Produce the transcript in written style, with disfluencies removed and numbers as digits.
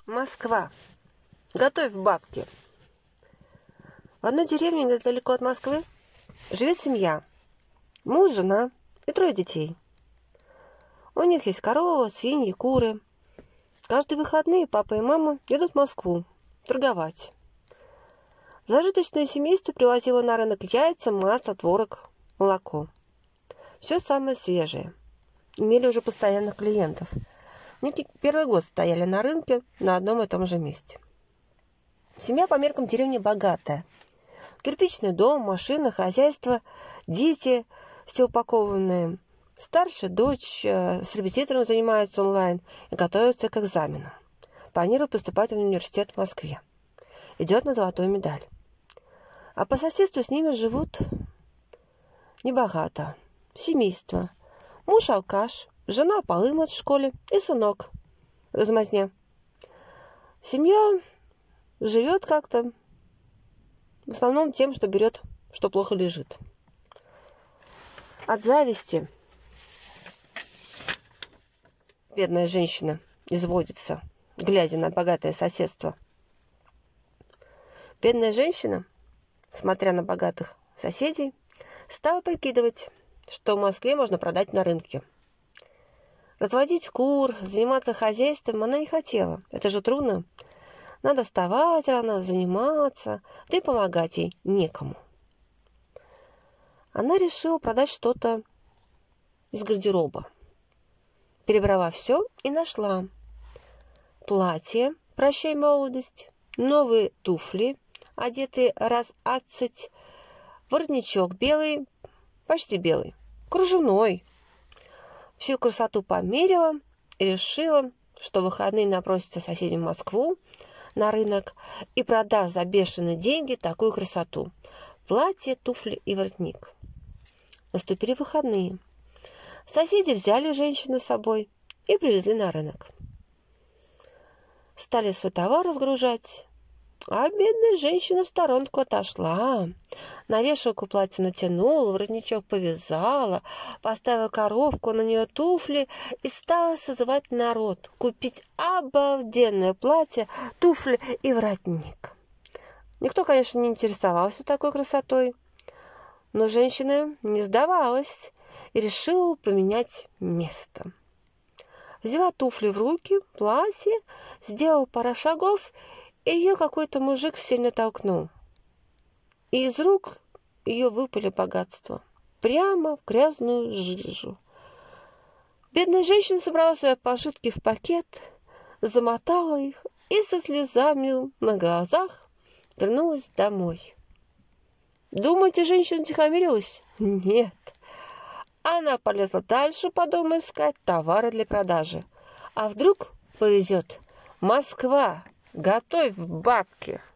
Москва. Готовь бабки. В одной деревне недалеко от Москвы живет семья. Муж, жена и 3 детей. У них есть корова, свиньи, куры. Каждые выходные папа и мама едут в Москву торговать. Зажиточное семейство привозило на рынок яйца, масло, творог, молоко. Все самое свежее. Имели уже постоянных клиентов. Они первый год стояли на рынке на одном и том же месте. Семья по меркам деревни богатая. Кирпичный дом, машина, хозяйство, дети, все упакованные. Старшая дочь с репетитором занимается онлайн и готовится к экзамену. Планирует поступать в университет в Москве. Идет на золотую медаль. А по соседству с ними живут небогато. Семейство. Муж алкаш, жена полы моет в школе и сынок. Размазня. Семья живет как-то в основном тем, что берет, что плохо лежит. От зависти бедная женщина изводится, глядя на богатое соседство. Бедная женщина, смотря на богатых соседей, стала прикидывать, что в Москве можно продать на рынке. Разводить кур, заниматься хозяйством она не хотела. Это же трудно. Надо вставать рано, заниматься, да и помогать ей некому. Она решила продать что-то из гардероба. Перебрала все и нашла платье «Прощай, молодость», новые туфли, одетые раз 20, воротничок белый, почти белый, кружевной. Всю красоту померила и решила, что в выходные напросится соседям в Москву на рынок и продаст за бешеные деньги такую красоту. Платье, туфли и воротник. Наступили выходные. Соседи взяли женщину с собой и привезли на рынок. Стали свой товар разгружать, а бедная женщина в сторонку отошла. На вешалку платье натянула, воротничок повязала, поставила коробку, на нее туфли и стала созывать народ купить обалденное платье, туфли и воротник. Никто, конечно, не интересовался такой красотой, но женщина не сдавалась и решила поменять место. Взяла туфли в руки, платье, сделала пару шагов, и ее какой-то мужик сильно толкнул. И из рук ее выпали богатства прямо в грязную жижу. Бедная женщина собрала свои пожитки в пакет, замотала их и со слезами на глазах вернулась домой. Думаете, женщина утихомирилась? Нет. Она полезла дальше по дому искать товары для продажи. А вдруг повезет? Москва! Готовь бабки!